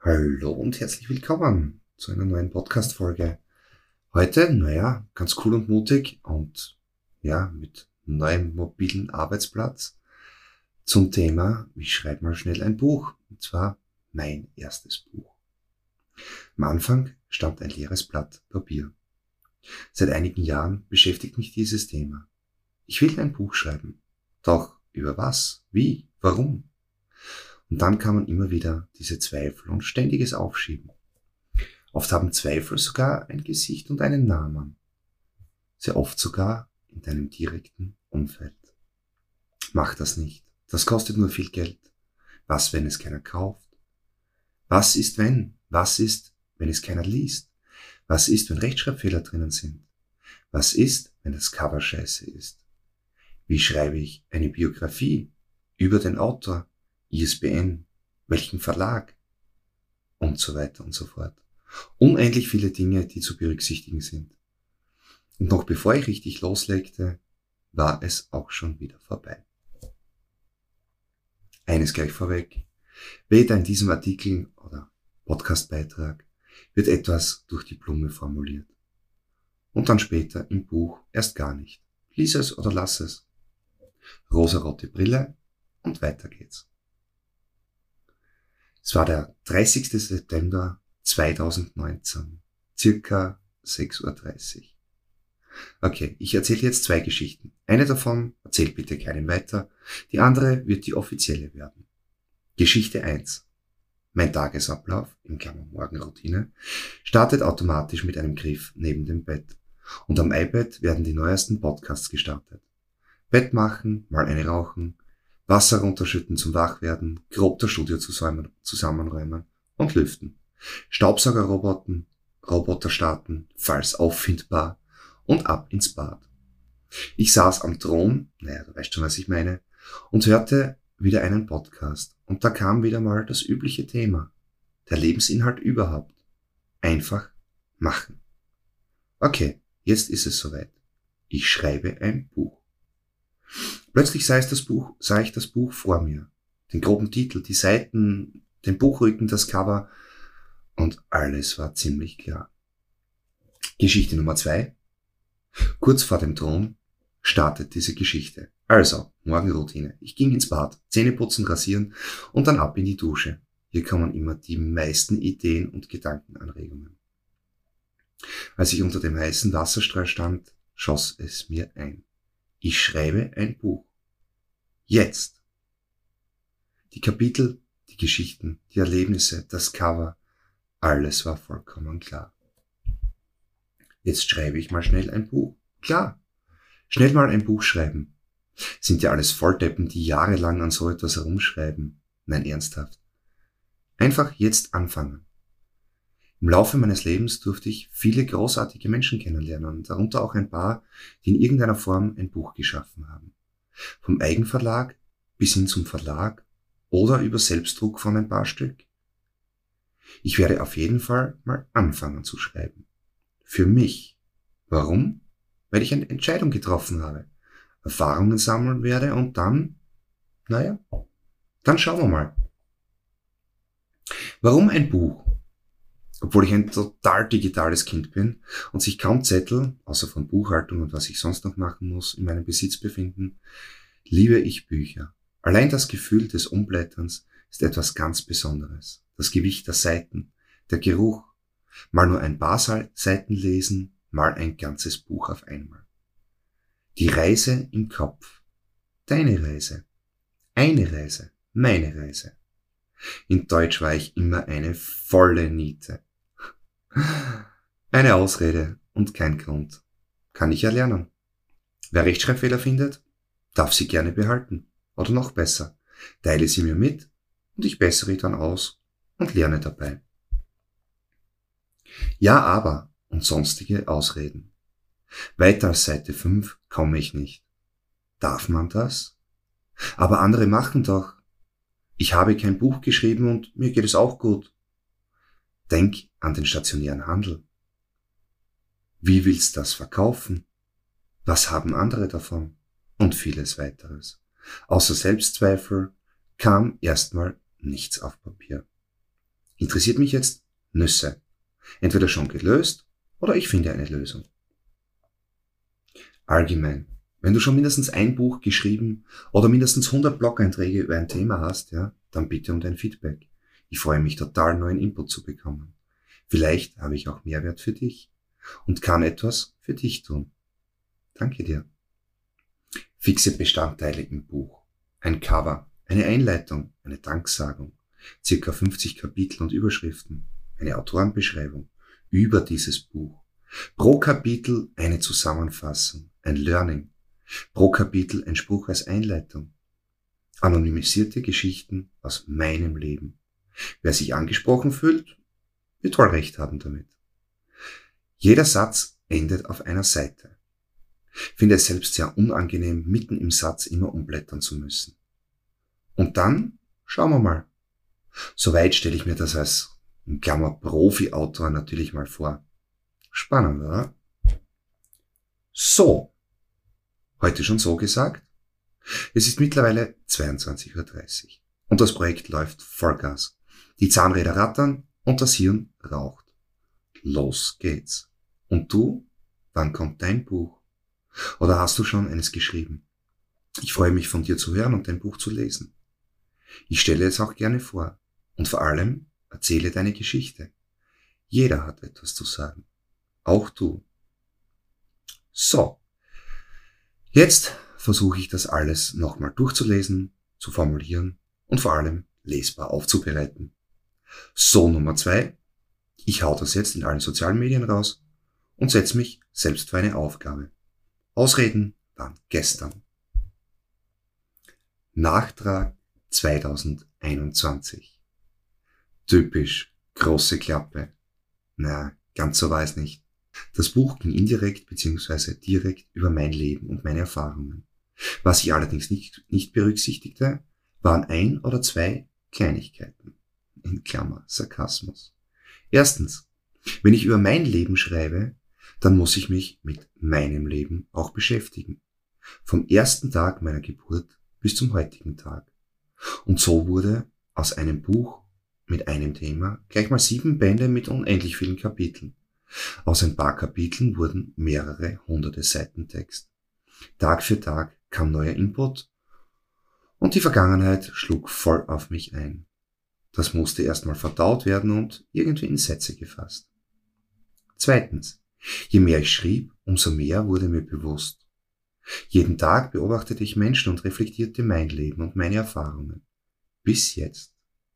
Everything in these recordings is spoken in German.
Hallo und herzlich willkommen zu einer neuen Podcast-Folge. Heute, ganz cool und mutig und mit neuem mobilen Arbeitsplatz zum Thema, ich schreibe mal schnell ein Buch, und zwar mein erstes Buch. Am Anfang stand ein leeres Blatt Papier. Seit einigen Jahren beschäftigt mich dieses Thema. Ich will ein Buch schreiben. Doch über was? Wie? Warum? Und dann kamen immer wieder diese Zweifel und ständiges Aufschieben. Oft haben Zweifel sogar ein Gesicht und einen Namen. Sehr oft sogar in deinem direkten Umfeld. Mach das nicht. Das kostet nur viel Geld. Was, wenn es keiner kauft? Was ist, wenn? Was ist, wenn es keiner liest? Was ist, wenn Rechtschreibfehler drinnen sind? Was ist, wenn das Cover scheiße ist? Wie schreibe ich eine Biografie über den Autor? ISBN? Welchen Verlag? Und so weiter und so fort. Unendlich viele Dinge, die zu berücksichtigen sind. Und noch bevor ich richtig loslegte, war es auch schon wieder vorbei. Eines gleich vorweg. Weder in diesem Artikel oder Podcastbeitrag wird etwas durch die Blume formuliert. Und dann später im Buch erst gar nicht. Lies es oder lass es. Rosarote Brille und weiter geht's. Es war der 30. September 2019, circa 6:30 Uhr. Okay, ich erzähle jetzt 2 Geschichten. Eine davon erzählt bitte keinem weiter, die andere wird die offizielle werden. Geschichte 1. Mein Tagesablauf, in Klammern Morgenroutine, startet automatisch mit einem Griff neben dem Bett. Und am iPad werden die neuesten Podcasts gestartet. Bett machen, mal eine rauchen, Wasser runterschütten zum Wachwerden, grob das Studio zusammenräumen und lüften. Roboter starten, falls auffindbar, und ab ins Bad. Ich saß am Thron, du weißt schon, was ich meine, und hörte wieder einen Podcast. Und da kam wieder mal das übliche Thema. Der Lebensinhalt überhaupt. Einfach machen. Okay, jetzt ist es soweit. Ich schreibe ein Buch. Plötzlich sah ich das Buch vor mir. Den groben Titel, die Seiten, den Buchrücken, das Cover und alles war ziemlich klar. Geschichte Nummer 2. Kurz vor dem Thron startet diese Geschichte. Also, Morgenroutine. Ich ging ins Bad, Zähne putzen, rasieren und dann ab in die Dusche. Hier kommen immer die meisten Ideen und Gedankenanregungen. Als ich unter dem heißen Wasserstrahl stand, schoss es mir ein. Ich schreibe ein Buch. Jetzt. Die Kapitel, die Geschichten, die Erlebnisse, das Cover, alles war vollkommen klar. Jetzt schreibe ich mal schnell ein Buch. Klar. Schnell mal ein Buch schreiben. Sind ja alles Volldeppen, die jahrelang an so etwas herumschreiben. Nein, ernsthaft. Einfach jetzt anfangen. Im Laufe meines Lebens durfte ich viele großartige Menschen kennenlernen, darunter auch ein paar, die in irgendeiner Form ein Buch geschaffen haben. Vom Eigenverlag bis hin zum Verlag oder über Selbstdruck von ein paar Stück. Ich werde auf jeden Fall mal anfangen zu schreiben. Für mich. Warum? Weil ich eine Entscheidung getroffen habe, Erfahrungen sammeln werde und dann schauen wir mal. Warum ein Buch? Obwohl ich ein total digitales Kind bin und sich kaum Zettel, außer von Buchhaltung und was ich sonst noch machen muss, in meinem Besitz befinden, liebe ich Bücher. Allein das Gefühl des Umblätterns ist etwas ganz Besonderes. Das Gewicht der Seiten, der Geruch, mal nur ein paar Seiten lesen, mal ein ganzes Buch auf einmal. Die Reise im Kopf. Deine Reise. Eine Reise. Meine Reise. In Deutsch war ich immer eine volle Niete. Eine Ausrede und kein Grund. Kann ich erlernen. Wer Rechtschreibfehler findet, darf sie gerne behalten. Oder noch besser, teile sie mir mit und ich bessere dann aus und lerne dabei. Ja, aber und sonstige Ausreden. Weiter als Seite 5 komme ich nicht. Darf man das? Aber andere machen doch. Ich habe kein Buch geschrieben und mir geht es auch gut. Denk an den stationären Handel. Wie willst du das verkaufen? Was haben andere davon? Und vieles weiteres. Außer Selbstzweifel kam erstmal nichts auf Papier. Interessiert mich jetzt Nüsse. Entweder schon gelöst oder ich finde eine Lösung. Allgemein. Wenn du schon mindestens ein Buch geschrieben oder mindestens 100 Blog-Einträge über ein Thema hast, ja, dann bitte um dein Feedback. Ich freue mich total, neuen Input zu bekommen. Vielleicht habe ich auch Mehrwert für dich und kann etwas für dich tun. Danke dir. Fixe Bestandteile im Buch. Ein Cover, eine Einleitung, eine Danksagung, circa 50 Kapitel und Überschriften, eine Autorenbeschreibung über dieses Buch. Pro Kapitel eine Zusammenfassung, ein Learning. Pro Kapitel ein Spruch als Einleitung. Anonymisierte Geschichten aus meinem Leben. Wer sich angesprochen fühlt, wird wohl recht haben damit. Jeder Satz endet auf einer Seite. Finde es selbst sehr unangenehm, mitten im Satz immer umblättern zu müssen. Und dann schauen wir mal. Soweit stelle ich mir das als, in Klammer, Profi-Autor natürlich mal vor. Spannend, oder? So. Heute schon so gesagt? Es ist mittlerweile 22:30 Uhr und das Projekt läuft Vollgas. Die Zahnräder rattern und das Hirn raucht. Los geht's. Und du? Wann kommt dein Buch? Oder hast du schon eines geschrieben? Ich freue mich, von dir zu hören und dein Buch zu lesen. Ich stelle es auch gerne vor und vor allem erzähle deine Geschichte. Jeder hat etwas zu sagen. Auch du. So. Jetzt versuche ich das alles nochmal durchzulesen, zu formulieren und vor allem lesbar aufzubereiten. So, Nummer 2. Ich hau das jetzt in allen sozialen Medien raus und setze mich selbst für eine Aufgabe. Ausreden waren gestern. Nachtrag 2021. Typisch, große Klappe. Na, ganz so war es nicht. Das Buch ging indirekt bzw. direkt über mein Leben und meine Erfahrungen. Was ich allerdings nicht berücksichtigte, waren 1 oder 2 Kleinigkeiten. In Klammer, Sarkasmus. Erstens, wenn ich über mein Leben schreibe, dann muss ich mich mit meinem Leben auch beschäftigen. Vom ersten Tag meiner Geburt bis zum heutigen Tag. Und so wurde aus einem Buch mit einem Thema gleich mal 7 Bände mit unendlich vielen Kapiteln. Aus ein paar Kapiteln wurden mehrere hunderte Seiten Text. Tag für Tag kam neuer Input und die Vergangenheit schlug voll auf mich ein. Das musste erstmal verdaut werden und irgendwie in Sätze gefasst. Zweitens, je mehr ich schrieb, umso mehr wurde mir bewusst. Jeden Tag beobachtete ich Menschen und reflektierte mein Leben und meine Erfahrungen. Bis jetzt.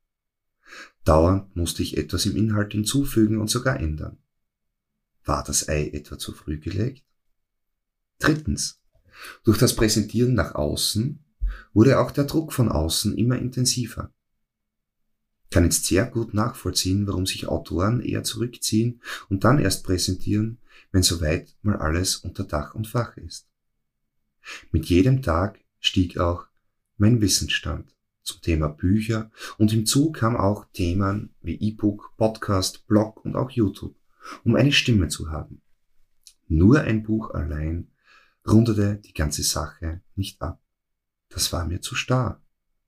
Dauernd musste ich etwas im Inhalt hinzufügen und sogar ändern. War das Ei etwa zu früh gelegt? Drittens, durch das Präsentieren nach außen wurde auch der Druck von außen immer intensiver. Kann jetzt sehr gut nachvollziehen, warum sich Autoren eher zurückziehen und dann erst präsentieren, wenn soweit mal alles unter Dach und Fach ist. Mit jedem Tag stieg auch mein Wissensstand zum Thema Bücher und hinzu kam auch Themen wie E-Book, Podcast, Blog und auch YouTube, um eine Stimme zu haben. Nur ein Buch allein rundete die ganze Sache nicht ab. Das war mir zu starr.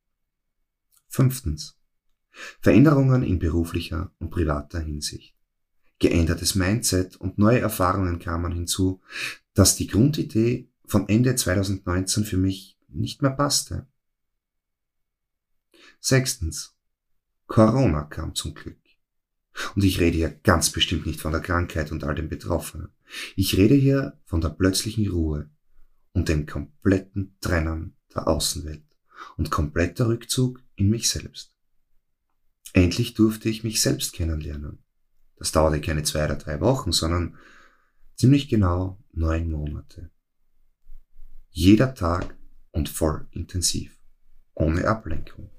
Fünftens. Veränderungen in beruflicher und privater Hinsicht. Geändertes Mindset und neue Erfahrungen kamen hinzu, dass die Grundidee von Ende 2019 für mich nicht mehr passte. Sechstens. Corona kam zum Glück. Und ich rede hier ganz bestimmt nicht von der Krankheit und all den Betroffenen. Ich rede hier von der plötzlichen Ruhe und dem kompletten Trennen der Außenwelt und kompletter Rückzug in mich selbst. Endlich durfte ich mich selbst kennenlernen. Das dauerte keine 2 oder 3 Wochen, sondern ziemlich genau 9 Monate. Jeder Tag und voll intensiv, ohne Ablenkung.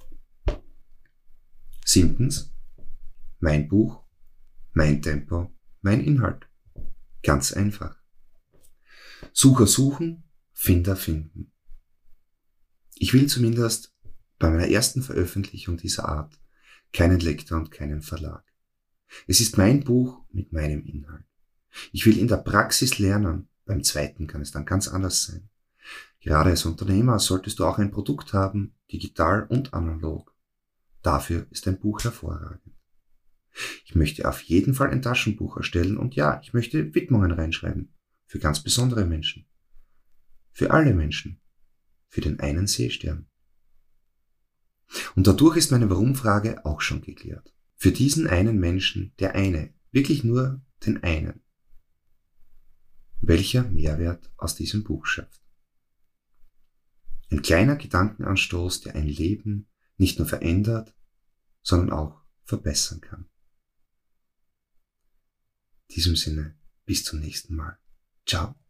7. Mein Buch, mein Tempo, mein Inhalt. Ganz einfach. Sucher suchen, Finder finden. Ich will zumindest bei meiner ersten Veröffentlichung dieser Art keinen Lektor und keinen Verlag. Es ist mein Buch mit meinem Inhalt. Ich will in der Praxis lernen. Beim zweiten kann es dann ganz anders sein. Gerade als Unternehmer solltest du auch ein Produkt haben, digital und analog. Dafür ist ein Buch hervorragend. Ich möchte auf jeden Fall ein Taschenbuch erstellen und ja, ich möchte Widmungen reinschreiben. Für ganz besondere Menschen. Für alle Menschen. Für den einen Seestern. Und dadurch ist meine Warum-Frage auch schon geklärt. Für diesen einen Menschen, der eine, wirklich nur den einen. Welcher Mehrwert aus diesem Buch schöpft. Ein kleiner Gedankenanstoß, der ein Leben nicht nur verändert, sondern auch verbessern kann. In diesem Sinne, bis zum nächsten Mal. Ciao.